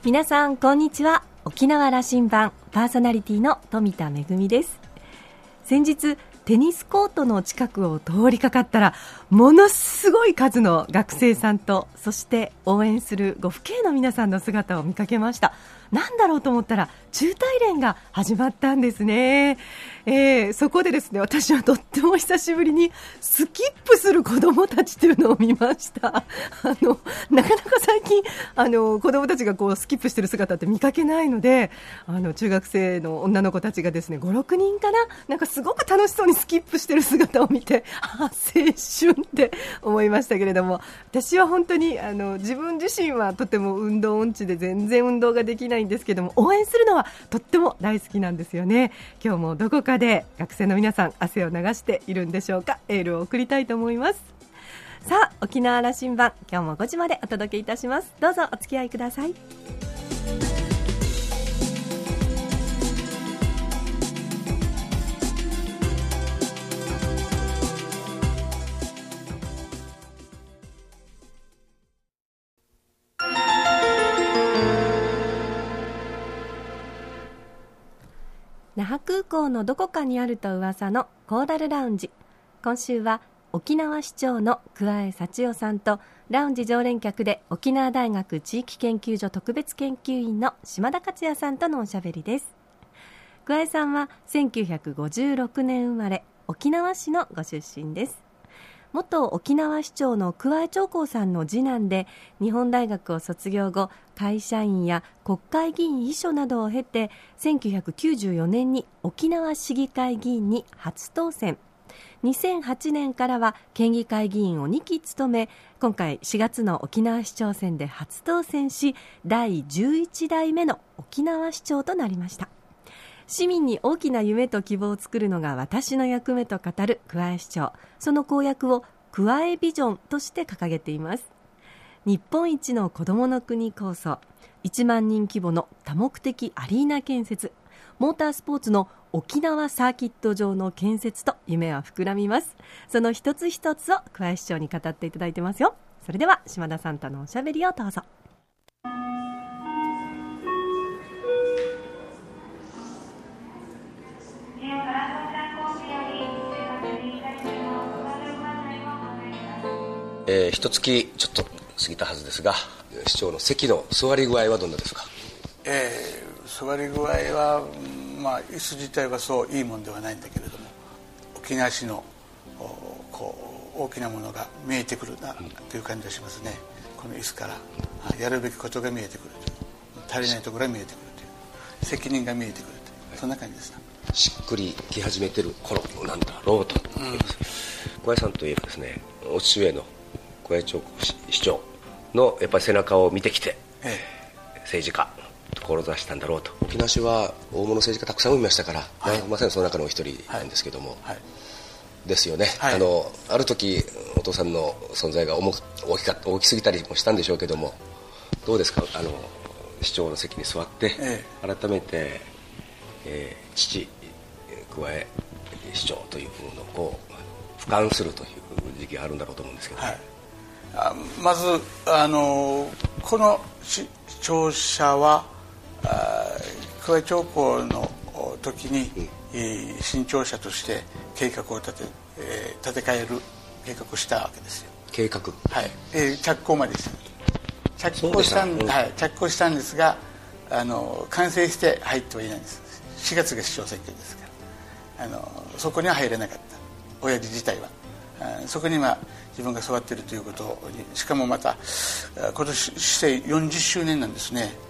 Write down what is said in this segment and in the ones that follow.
皆さんこんにちは。沖縄羅針盤パーソナリティの富田恵です。先日テニスコートの近くを通りかかったら、ものすごい数の学生さんと、そして応援するご父兄の皆さんの姿を見かけました。なんだろうと思ったら中大連が始まったんですね。そこでですね、私はとっても久しぶりにスキップする子どもたちというのを見ました。なかなか最近子どもたちがこうスキップしてる姿って見かけないので、中学生の女の子たちがですね 5,6 人かな、なんかすごく楽しそうにスキップしてる姿を見て、青春って思いましたけれども、私は本当に自分自身はとても運動音痴で全然運動ができないんですけども、応援するのはとっても大好きなんですよね。今日もどこかで学生の皆さん汗を流しているんでしょうか。エールを送りたいと思います。さあ、沖縄羅針盤、今日も5時までお届けいたします。どうぞお付き合いください。那覇空港のどこかにあると噂のコーダルラウンジ。今週は沖縄市長の桑江幸男さんと、ラウンジ常連客で沖縄大学地域研究所特別研究員の島田克也さんとのおしゃべりです。桑江さんは1956年生まれ、沖縄市のご出身です。元沖縄市長の桑江長光さんの次男で、日本大学を卒業後、会社員や国会議員秘書などを経て、1994年に沖縄市議会議員に初当選。2008年からは県議会議員を2期務め、今回4月の沖縄市長選で初当選し、第11代目の沖縄市長となりました。市民に大きな夢と希望を作るのが私の役目と語る桑江市長。その公約を桑江ビジョンとして掲げています。日本一の子どもの国構想、1万人規模の多目的アリーナ建設、モータースポーツの沖縄サーキット場の建設と夢は膨らみます。その一つ一つを桑江市長に語っていただいてますよ。それでは島田さんとのおしゃべりをどうぞ。 一月ちょっと過ぎたはずですが、市長の席の座り具合はどんなですか？ 座り具合は、椅子自体はそういいもんではないんだけれども、沖縄市の大きなものが見えてくるなという感じがしますね。この椅子からやるべきことが見えてくるという、足りないところが見えてくるという、責任が見えてくるという、そんな感じですね。 しっくりき始めてる頃なんだろうと思います。小林さんといえばですね、お父上の小林長光市長のやっぱり背中を見てきて、政治家志したんだろうと。沖縄市は大物政治家たくさん見ましたから、まさにその中のお一人なんですけども、ですよね。ある時お父さんの存在が大きすぎたりもしたんでしょうけども、どうですか、市長の席に座って、改めて、父桑江市長というのをこう俯瞰するという時期があるんだろうと思うんですけど、 まずこの市庁舎は桑江長光の時に、新庁舎として計画を建て替える計画をしたわけですよ。 計画、 着工までした着工したんですが、完成して入ってはいないんです。4月が市長選挙ですから、そこには入れなかった、親父自体は。そこに自分が座っているということに、しかもまた今年市政40周年なんですね。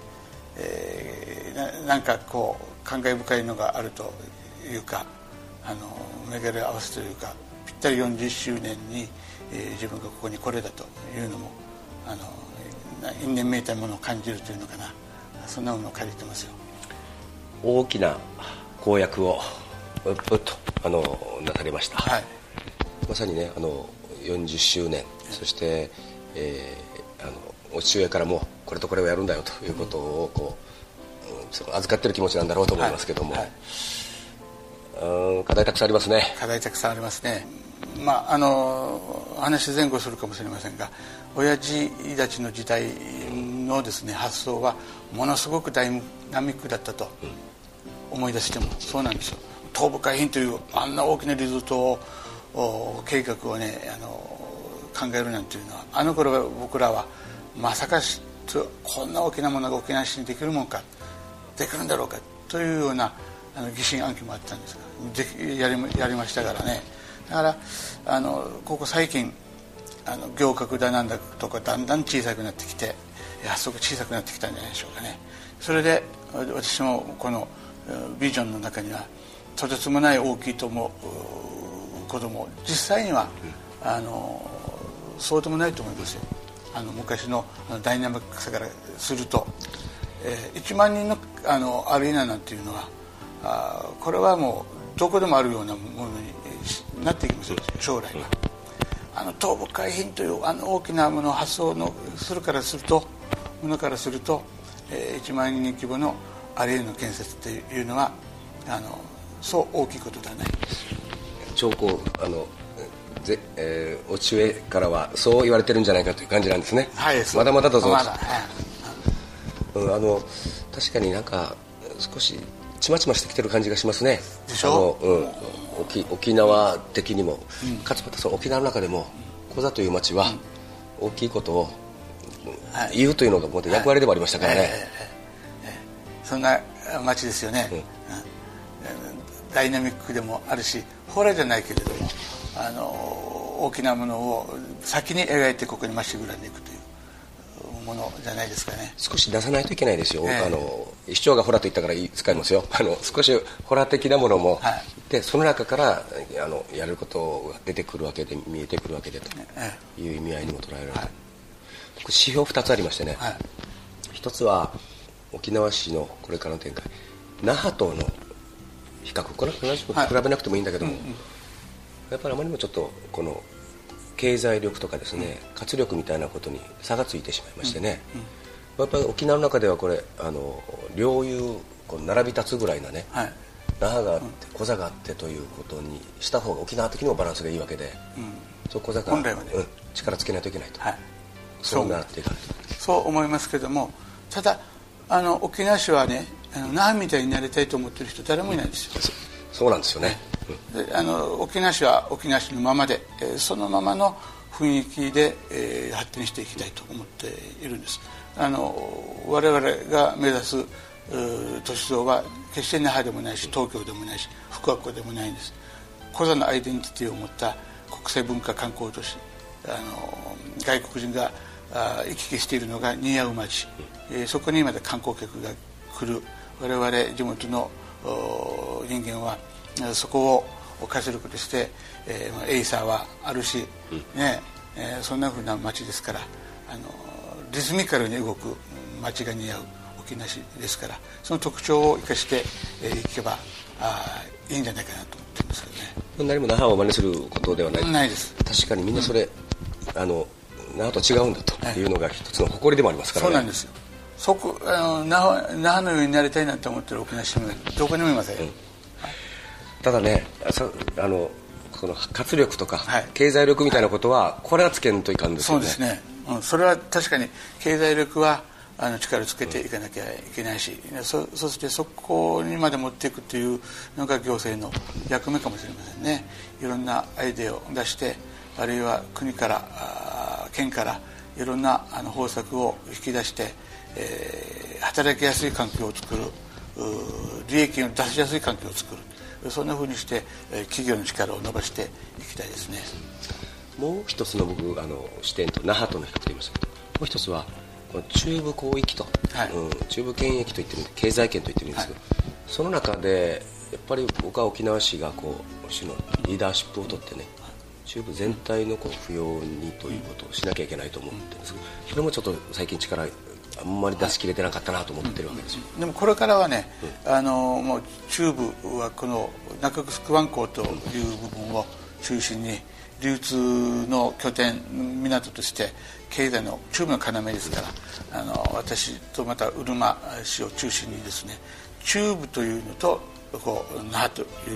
なんかこう感慨深いのがあるというか、巡り合わせというか、ぴったり40周年に、自分がここに来れたというのも因縁めいたものを感じるというのかな、そんなものを感じてますよ。 大きな公約をなされました。まさにね、40周年、そして、お父上からもこれとこれをやるんだよということをこう、預かってる気持ちなんだろうと思いますけども、課題たくさんありますね。 課題たくさんありますね。話前後するかもしれませんが、親父たちの時代のですね発想はものすごくダイナミックだったと思い出してもそうなんですよ。東部海浜というあんな大きなリゾート計画をね考えるなんていうのはあの頃僕らはまさかこんな大きなものが沖縄市にできるもんかできるんだろうかというような疑心暗鬼もあったんですがやりましたからね。だからここ最近行革だなんだとかだんだん小さくなってきて発想が小さくなってきたんじゃないでしょうかね。それで私もこのビジョンの中にはとてつもない大きいと思うことも実際にはそうでもないと思いますよ。昔のダイナミックさからすると、1万人のアリーナなんていうのはこれはもうどこでもあるようなものになっていきますよ将来は。東部海浜という大きなものを発想のするからすると1万人規模のアリーナの建設というのはそう大きいことではない。 超高お父上からはそう言われてるんじゃないかという感じなんですね。 はい、 まだまだだぞ、 まだ、 確かになんか少しちまちましてきてる感じがしますね。 でしょ。 沖縄的にも、かつまたその沖縄の中でもコザという町は大きいことを言うというのがもっと役割でもありましたからね。 そんな町ですよね、ダイナミックでもあるしホラーじゃないけれども大きなものを先に描いてここにまっしぐらんでいくというものじゃないですかね。 少し出さないといけないですよ、市長がホラーと言ったから使いますよ。少しホラー的なものも、でその中からやることが出てくるわけで見えてくるわけでという意味合いにも捉えられる、指標2つありましてね、1つは沖縄市のこれからの展開、那覇との比較、これは同じこと比べなくてもいいんだけども、やっぱりあまりにもちょっとこの経済力とかですね、活力みたいなことに差がついてしまいましてね、やっぱり沖縄の中ではこれ両雄並び立つぐらいなね、那覇があってコザがあってということにした方が沖縄的にもバランスがいいわけで、コザが力つけないといけないと、そうなっていかないと。 そう思いますけども、ただ沖縄市はね那覇みたいになりたいと思ってる人誰もいないんですよ。 そうなんですよね。 で沖縄市は沖縄市のままで、そのままの雰囲気で、発展していきたいと思っているんです。我々が目指す都市像は決して那覇でもないし東京でもないし福岡でもないんです。コザのアイデンティティを持った国際文化観光都市、外国人が行き来しているのが似合う街、そこにまた観光客が来る。我々地元の人間はそこを活力としてエイサーはあるし、そんな風な街ですからリズミカルに動く街が似合う沖縄市ですから、その特徴を生かしていけばいいんじゃないかなと思ってるんですけどね。 何も那覇を真似することではないです。 確かにみんなそれ、那覇と違うんだというのが一つの誇りでもありますからね。 そうなんですよ。那覇のようになりたいなと思ってる沖縄市民はどこにもいません、 ただねこの活力とか経済力みたいなことはこれはつけんといかんですよね。 そうですね、それは確かに経済力は力をつけていかなきゃいけないし、そしてそこにまで持っていくというのが行政の役目かもしれませんね。いろんなアイデアを出して、あるいは国から県からいろんな方策を引き出して、働きやすい環境を作る、利益を出しやすい環境を作る、そんなふうにして企業の力を伸ばしていきたいですね。 もう一つの僕視点と那覇との比較と言いましたけど、もう一つはこの中部広域と、中部圏域と言ってるんで経済圏と言ってるんですけど、その中でやっぱり僕は沖縄市が市のリーダーシップを取ってね、中部全体の不要にということをしなきゃいけないと思ってるんですけど、それもちょっと最近力あんまり出し切れてなかったなと思ってるわけですよ。 でもこれからはね、もう中部はこの中城湾港という部分を中心に流通の拠点港として経済の中部の要ですから、私とまたうるま市を中心にですね、中部というのと那覇というも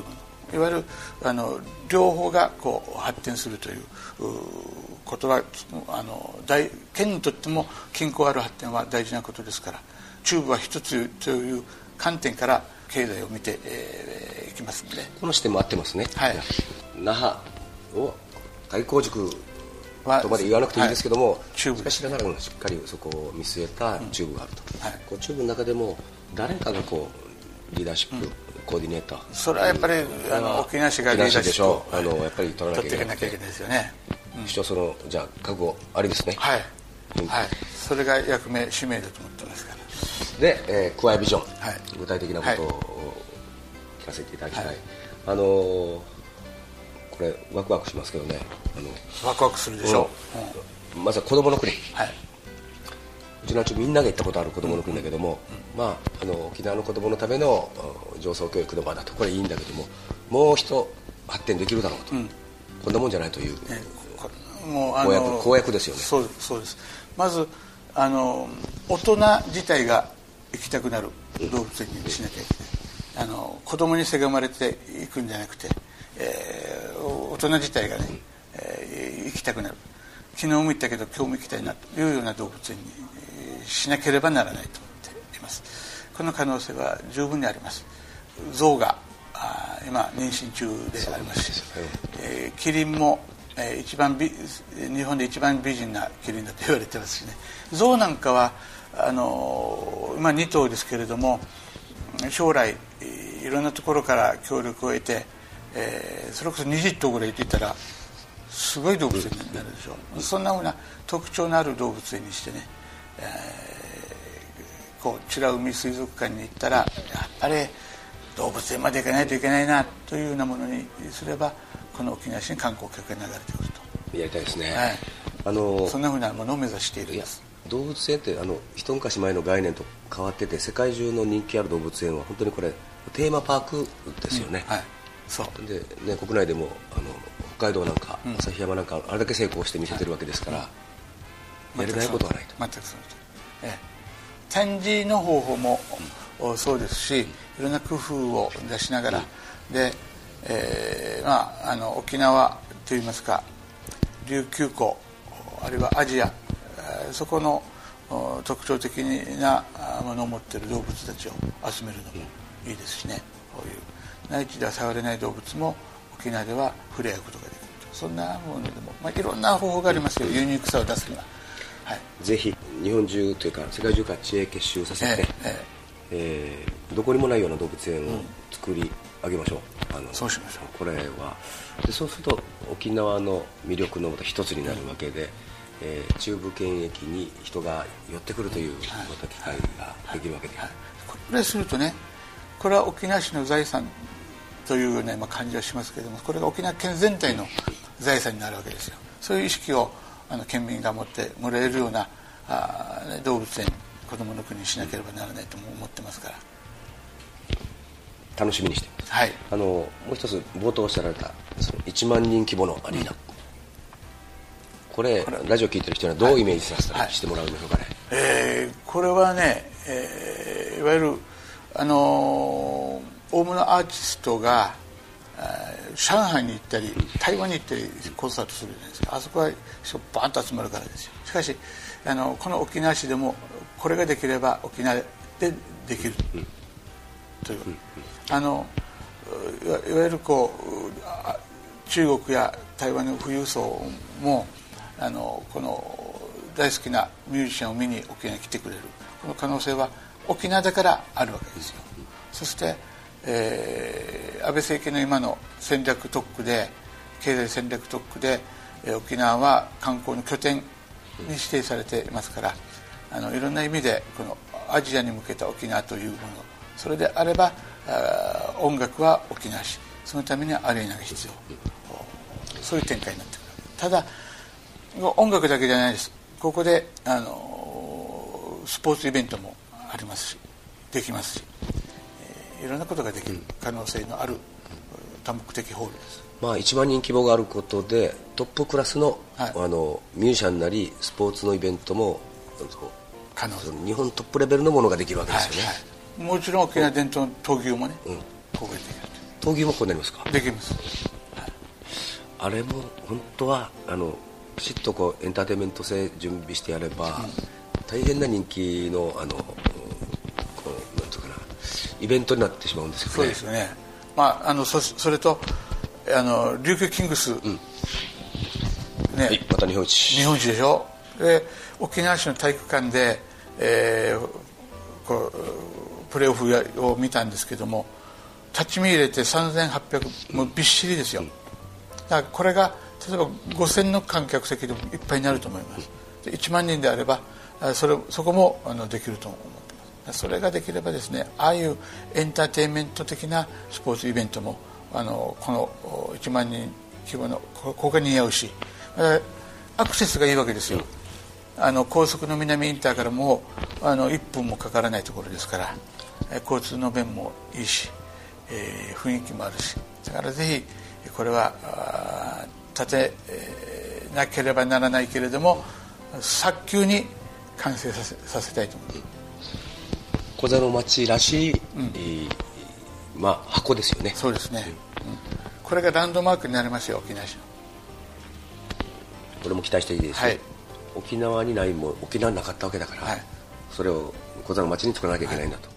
いわゆる両方がこう発展するということは県にとっても均衡ある発展は大事なことですから、中部は一つという観点から経済を見ていきますので、 この視点も合ってますね。 はい、 那覇を開港塾とまで言わなくていいですけども、 中部しかしながらしっかりそこを見据えた中部があると、こう中部の中でも誰かがこうリーダーシップ、コーディネーター、 それはやっぱり沖縄市がリーダーシップをやっぱり取らなきゃいけないですよね。 市長じゃあ覚悟ありですね。 はい、それが役目使命だと思ってますから。 で、クワイビジョン、具体的なことを聞かせていただきたい。これワクワクしますけどね。 ワクワクするでしょう。まずは子どもの国、うちのみんなが行ったことある子どもの国だけども、沖縄の子どものための上層教育の場だと、これいいんだけども、もう一発展できるだろうと、こんなもんじゃないという、もう公約ですよね。 そうです。まず大人自体が行きたくなる動物園にしなきゃいけない。子供にせがまれていくんじゃなくて、大人自体がね、行きたくなる。昨日も言ったけど今日も行きたいなというような動物園にしなければならないと思っています。この可能性は十分にあります。象が今妊娠中でありますし、キリンも日本で一番美人なキリンだと言われてますしね。象なんかは今2頭ですけれども、将来いろんなところから協力を得て、それこそ20頭ぐらいいてたらすごい動物園になるでしょう。そんなふうな特徴のある動物園にしてね、こう美ら海水族館に行ったらやっぱり動物園まで行かないといけないなというようなものにすれば、この沖縄市に観光客が流れてくると。 やりたいですね。 そんなふうなものを目指しているんです。 動物園って一昔前の概念と変わってて、世界中の人気ある動物園は本当にこれテーマパークですよね。そうでね、国内でも北海道なんか旭山なんかあれだけ成功して見せてるわけですから、やれないことはないと。 全くそのとおり。展示の方法もそうですし、いろんな工夫を出しながら、で、沖縄といいますか琉球湖、あるいはアジア、そこの特徴的なものを持っている動物たちを集めるのもいいですしね。こういう内地では触れない動物も沖縄では触れ合うことができると、そんなものでも、いろんな方法がありますよ、ユニークさを出すには。 ぜひ日本中というか世界中から知恵結集させて、どこにもないような動物園を作り上げましょう。 そうしましょう。 これはで、そうすると沖縄の魅力のまた一つになるわけで、中部県駅に人が寄ってくるというまた機会ができるわけで、 これするとね、これは沖縄市の財産というような感じはしますけれども、これが沖縄県全体の財産になるわけですよ。そういう意識を県民が持ってもらえるような動物園、子どもの国にしなければならないと思ってますから、 楽しみにしています。もう一つ冒頭おっしゃられたその1万人規模のアリーナ、これラジオ聞いてる人にはどうイメージさせたりしてもらうんでしょうかね。 これはね、いわゆる大物アーティストが上海に行ったり台湾に行ったりコンサートするじゃないですか。あそこは人バーンと集まるからですよ。しかしこの沖縄市でもこれができれば沖縄でできるという、いわゆるこう中国や台湾の富裕層もこの大好きなミュージシャンを見に沖縄に来てくれる、この可能性は沖縄だからあるわけですよ。そして、安倍政権の今の戦略特区で、経済戦略特区で、沖縄は観光の拠点に指定されていますから、いろんな意味でこのアジアに向けた沖縄というもの、それであれば音楽は沖縄市、そのためにはアリーナが必要、そういう展開になってくる。ただ音楽だけじゃないです。ここでスポーツイベントもありますし、できますし、いろんなことができる可能性のある多目的ホールです。 1万人規模があることでトップクラスの、ミュージシャンなりスポーツのイベントも可能、 日本トップレベルのものができるわけですよね。 もちろん沖縄伝統の闘牛もね、ここでできる。 闘牛もこうなりますか？ できます。 あれも本当はきちっとこうエンターテインメント性準備してやれば、大変な人気のこうなんていうかな、イベントになってしまうんですよね。 そうですよね。それと琉球キングス、 はい、また日本一でしょ。で沖縄市の体育館で、こうプレーオフを見たんですけども、立ち見入れて3800もうびっしりですよ。だからこれが例えば5000の観客席でもいっぱいになると思います。で1万人であればそこもできると思ってます。それができればですね、ああいうエンターテインメント的なスポーツイベントもこの1万人規模のここが似合うし、アクセスがいいわけですよ。高速の南インターからも1分もかからないところですから、交通の便もいいし、雰囲気もあるし、だからぜひこれは立てなければならないけれども早急に完成させたいと思います。 小座の町らしい、箱ですよね。 そうですね、これがランドマークになりますよ、沖縄市の。 これも期待していいですよ、はい、沖縄にないも沖縄になかったわけだから、はい、それを小座の町に作らなきゃいけないんだと、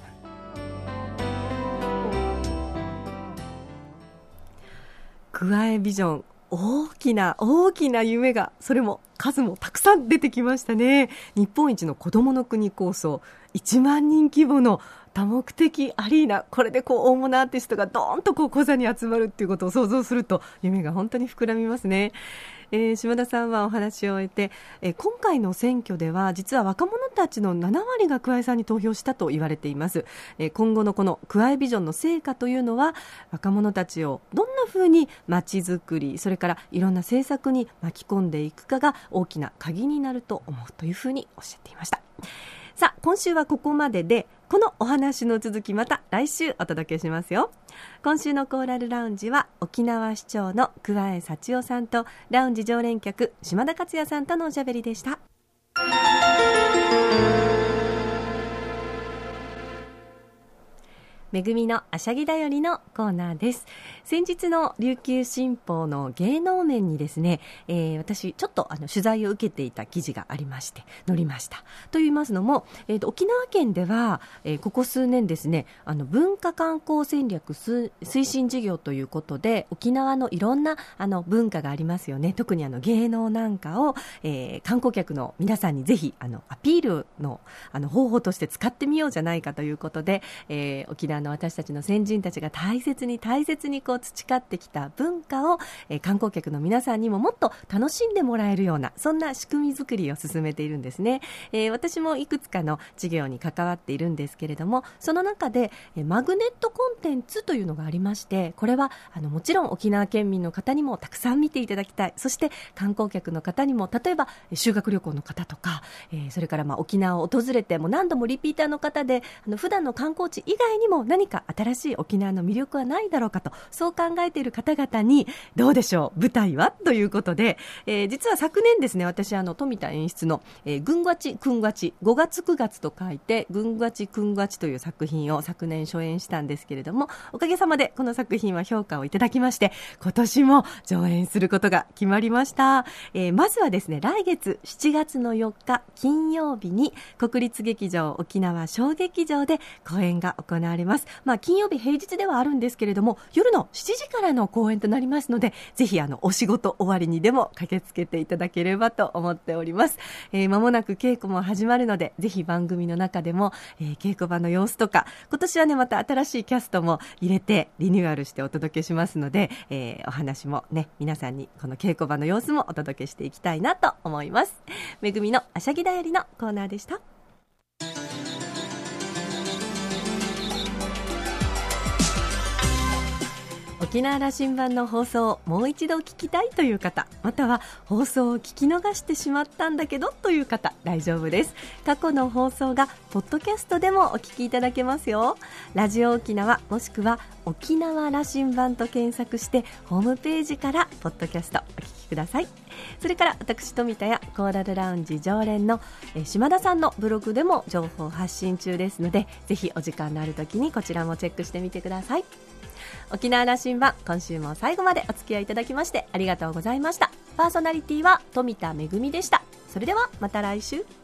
クアエビジョン、大きな大きな夢が、それも数もたくさん出てきましたね。日本一の子どもの国構想、1万人規模の多目的アリーナ、これで大物アーティストがドーンとコザに集まるっていうことを想像すると夢が本当に膨らみますね。島田さんはお話を終えて、今回の選挙では実は若者たちの7割が桑江さんに投票したと言われています。今後のこの桑江ビジョンの成果というのは、若者たちをどんな風に街づくり、それからいろんな政策に巻き込んでいくかが大きな鍵になると思うというふうにおっしゃっていました。さあ、今週はここまでで、このお話の続きまた来週お届けしますよ。今週のコーラルラウンジは沖縄市長の桑江幸男さんとラウンジ常連客島田克也さんとのおしゃべりでした。めぐみのあしゃぎだよりのコーナーです。先日の琉球新報の芸能面にですね、私ちょっと取材を受けていた記事がありまして載りました。と言いますのも、沖縄県では、ここ数年ですね、文化観光戦略推進事業ということで、沖縄のいろんな文化がありますよね。特に芸能なんかを、観光客の皆さんにぜひアピールの方法として使ってみようじゃないかということで、沖縄私たちの先人たちが大切に培ってきた文化を、観光客の皆さんにももっと楽しんでもらえるような、そんな仕組み作りを進めているんですね。私もいくつかの事業に関わっているんですけれども、その中でマグネットコンテンツというのがありまして、これはもちろん沖縄県民の方にもたくさん見ていただきたい。そして観光客の方にも、例えば修学旅行の方とか、それから沖縄を訪れても何度もリピーターの方で、普段の観光地以外にも何か新しい沖縄の魅力はないだろうかと、そう考えている方々にどうでしょう、舞台はということで、実は昨年ですね、私富田演出の、ぐんがちくんがち、5月9月と書いてぐんがちくんがちという作品を昨年初演したんですけれども、おかげさまでこの作品は評価をいただきまして、今年も上演することが決まりました。まずはですね、来月7月の4日金曜日に国立劇場沖縄小劇場で公演が行われます。金曜日平日ではあるんですけれども、夜の7時からの公演となりますので、ぜひお仕事終わりにでも駆けつけていただければと思っております。間もなく稽古も始まるので、ぜひ番組の中でも、稽古場の様子とか、今年はねまた新しいキャストも入れてリニューアルしてお届けしますので、お話もね、皆さんにこの稽古場の様子もお届けしていきたいなと思います。めぐみのあしゃぎだよりのコーナーでした。沖縄羅針盤の放送をもう一度聞きたいという方、または放送を聞き逃してしまったんだけどという方、大丈夫です。過去の放送がポッドキャストでもお聞きいただけますよ。ラジオ沖縄もしくは沖縄羅針盤と検索してホームページからポッドキャストお聞きください。それから私富田やコーラルラウンジ常連の島田さんのブログでも情報発信中ですので、ぜひお時間のある時にこちらもチェックしてみてください。 沖縄羅針盤、今週も最後までお付き合いいただきましてありがとうございました。パーソナリティは富田恵でした。それではまた来週。